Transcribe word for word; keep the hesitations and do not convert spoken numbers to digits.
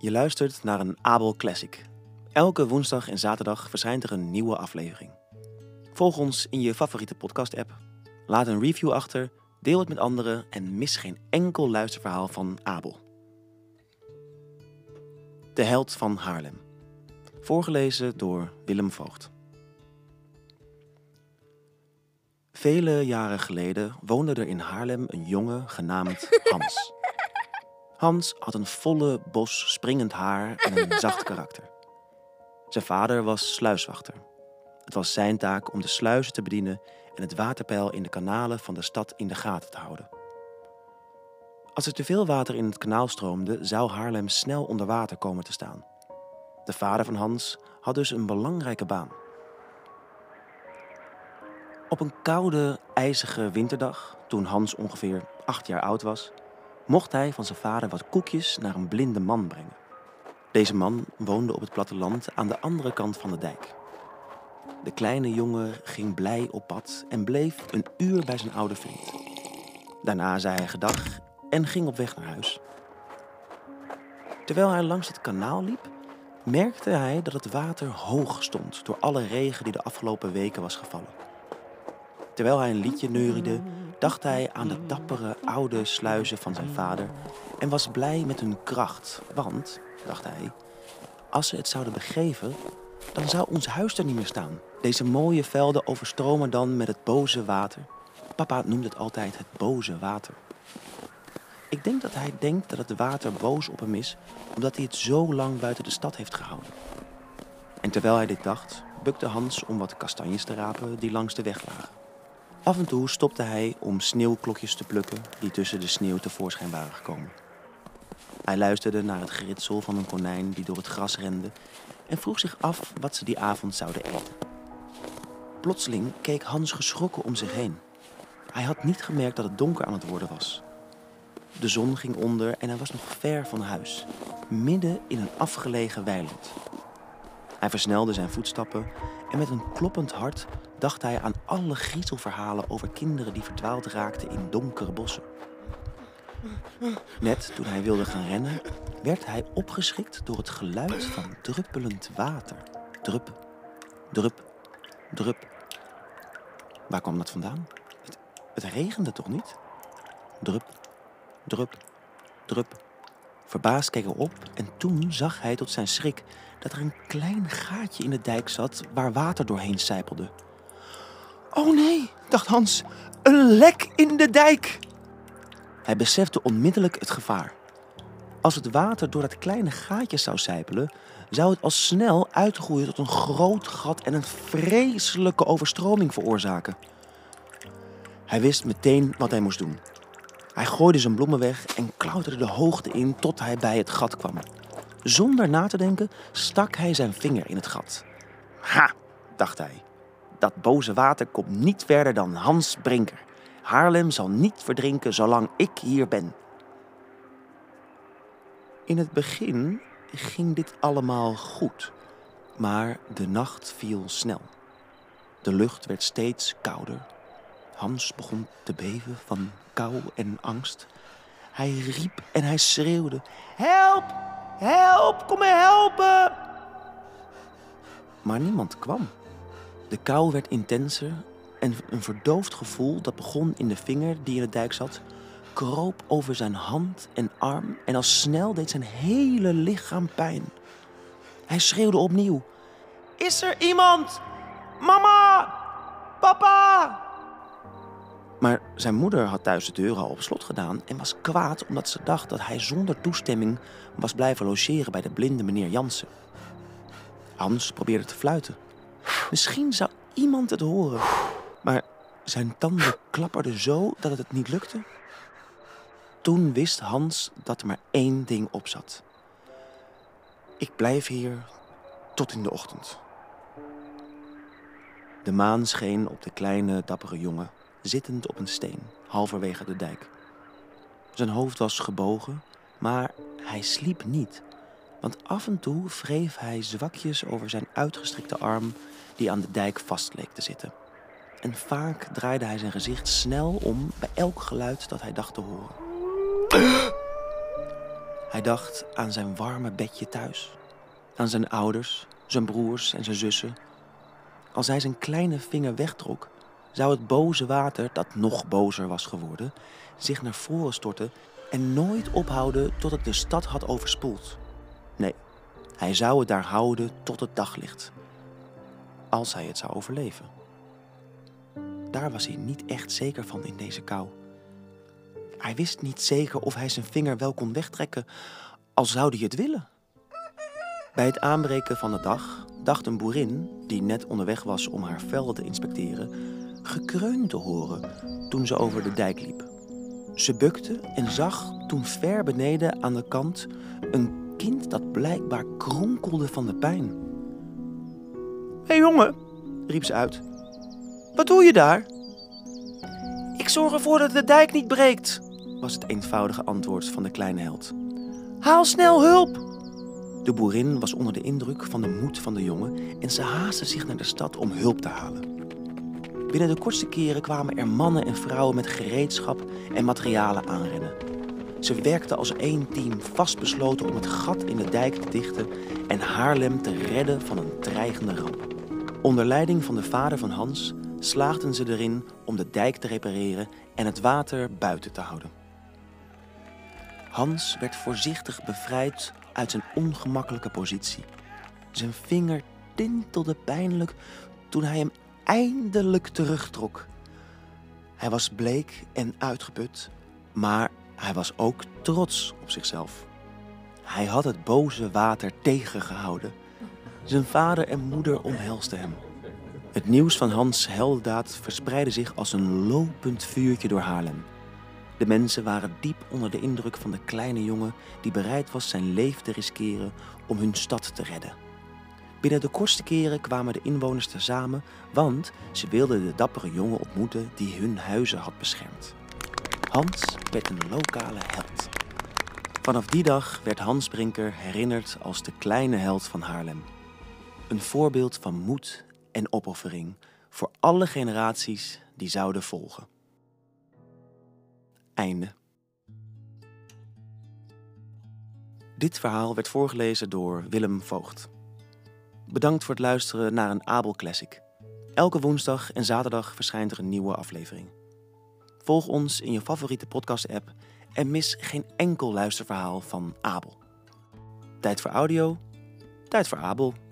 Je luistert naar een Abel Classic. Elke woensdag en zaterdag verschijnt er een nieuwe aflevering. Volg ons in je favoriete podcast-app. Laat een review achter, deel het met anderen en mis geen enkel luisterverhaal van Abel. De held van Haarlem. Voorgelezen door Willem Voogd. Vele jaren geleden woonde er in Haarlem een jongen genaamd Hans. Hans had een volle bos springend haar en een zacht karakter. Zijn vader was sluiswachter. Het was zijn taak om de sluizen te bedienen en het waterpeil in de kanalen van de stad in de gaten te houden. Als er te veel water in het kanaal stroomde, zou Haarlem snel onder water komen te staan. De vader van Hans had dus een belangrijke baan. Op een koude, ijzige winterdag, toen Hans ongeveer acht jaar oud was, mocht hij van zijn vader wat koekjes naar een blinde man brengen. Deze man woonde op het platteland aan de andere kant van de dijk. De kleine jongen ging blij op pad en bleef een uur bij zijn oude vriend. Daarna zei hij gedag en ging op weg naar huis. Terwijl hij langs het kanaal liep, merkte hij dat het water hoog stond door alle regen die de afgelopen weken was gevallen. Terwijl hij een liedje neuriede, dacht hij aan de dappere oude sluizen van zijn vader en was blij met hun kracht, want, dacht hij, als ze het zouden begeven, dan zou ons huis er niet meer staan. Deze mooie velden overstromen dan met het boze water. Papa noemde het altijd het boze water. Ik denk dat hij denkt dat het water boos op hem is, omdat hij het zo lang buiten de stad heeft gehouden. En terwijl hij dit dacht, bukte Hans om wat kastanjes te rapen die langs de weg lagen. Af en toe stopte hij om sneeuwklokjes te plukken die tussen de sneeuw tevoorschijn waren gekomen. Hij luisterde naar het geritsel van een konijn die door het gras rende en vroeg zich af wat ze die avond zouden eten. Plotseling keek Hans geschrokken om zich heen. Hij had niet gemerkt dat het donker aan het worden was. De zon ging onder en hij was nog ver van huis, midden in een afgelegen weiland. Hij versnelde zijn voetstappen en met een kloppend hart dacht hij aan alle griezelverhalen over kinderen die verdwaald raakten in donkere bossen. Net toen hij wilde gaan rennen, werd hij opgeschrikt door het geluid van druppelend water. Drup, drup, drup. Waar kwam dat vandaan? Het, het regende toch niet? Drup, drup, drup. Verbaasd keek hij op en toen zag hij tot zijn schrik dat er een klein gaatje in de dijk zat waar water doorheen sijpelde. Oh nee, dacht Hans, een lek in de dijk! Hij besefte onmiddellijk het gevaar. Als het water door dat kleine gaatje zou sijpelen, zou het al snel uitgroeien tot een groot gat en een vreselijke overstroming veroorzaken. Hij wist meteen wat hij moest doen. Hij gooide zijn bloemen weg en klauterde de hoogte in tot hij bij het gat kwam. Zonder na te denken stak hij zijn vinger in het gat. Ha, dacht hij. Dat boze water komt niet verder dan Hans Brinker. Haarlem zal niet verdrinken zolang ik hier ben. In het begin ging dit allemaal goed, maar de nacht viel snel. De lucht werd steeds kouder. Hans begon te beven van kou en angst. Hij riep en hij schreeuwde: Help! Help! Kom me helpen! Maar niemand kwam. De kou werd intenser en een verdoofd gevoel dat begon in de vinger die in de dijk zat, kroop over zijn hand en arm en al snel deed zijn hele lichaam pijn. Hij schreeuwde opnieuw: Is er iemand? Mama! Papa! Maar zijn moeder had thuis de deur al op slot gedaan en was kwaad omdat ze dacht dat hij zonder toestemming was blijven logeren bij de blinde meneer Jansen. Hans probeerde te fluiten. Misschien zou iemand het horen, maar zijn tanden klapperden zo dat het niet lukte. Toen wist Hans dat er maar één ding op zat. Ik blijf hier tot in de ochtend. De maan scheen op de kleine, dappere jongen, zittend op een steen, halverwege de dijk. Zijn hoofd was gebogen, maar hij sliep niet, want af en toe wreef hij zwakjes over zijn uitgestrekte arm die aan de dijk vast leek te zitten. En vaak draaide hij zijn gezicht snel om bij elk geluid dat hij dacht te horen. Hij dacht aan zijn warme bedje thuis, aan zijn ouders, zijn broers en zijn zussen. Als hij zijn kleine vinger wegtrok, zou het boze water, dat nog bozer was geworden, zich naar voren storten en nooit ophouden tot het de stad had overspoeld. Nee, hij zou het daar houden tot het daglicht. Als hij het zou overleven. Daar was hij niet echt zeker van in deze kou. Hij wist niet zeker of hij zijn vinger wel kon wegtrekken, al zou hij het willen. Bij het aanbreken van de dag dacht een boerin, die net onderweg was om haar velden te inspecteren, gekreun te horen toen ze over de dijk liep. Ze bukte en zag toen ver beneden aan de kant een kind dat blijkbaar kronkelde van de pijn. "Hé hey jongen," riep ze uit. "Wat doe je daar?" "Ik zorg ervoor dat de dijk niet breekt," was het eenvoudige antwoord van de kleine held. "Haal snel hulp!" De boerin was onder de indruk van de moed van de jongen en ze haastte zich naar de stad om hulp te halen. Binnen de kortste keren kwamen er mannen en vrouwen met gereedschap en materialen aanrennen. Ze werkten als één team vastbesloten om het gat in de dijk te dichten en Haarlem te redden van een dreigende ramp. Onder leiding van de vader van Hans slaagden ze erin om de dijk te repareren en het water buiten te houden. Hans werd voorzichtig bevrijd uit zijn ongemakkelijke positie. Zijn vinger tintelde pijnlijk toen hij hem eindelijk terugtrok. Hij was bleek en uitgeput, maar hij was ook trots op zichzelf. Hij had het boze water tegengehouden. Zijn vader en moeder omhelsten hem. Het nieuws van Hans' heldendaad verspreidde zich als een lopend vuurtje door Haarlem. De mensen waren diep onder de indruk van de kleine jongen die bereid was zijn leven te riskeren om hun stad te redden. Binnen de kortste keren kwamen de inwoners tezamen, want ze wilden de dappere jongen ontmoeten die hun huizen had beschermd. Hans werd een lokale held. Vanaf die dag werd Hans Brinker herinnerd als de kleine held van Haarlem. Een voorbeeld van moed en opoffering voor alle generaties die zouden volgen. Einde. Dit verhaal werd voorgelezen door Willem Voogd. Bedankt voor het luisteren naar een Abel Classic. Elke woensdag en zaterdag verschijnt er een nieuwe aflevering. Volg ons in je favoriete podcast-app en mis geen enkel luisterverhaal van Abel. Tijd voor audio, tijd voor Abel.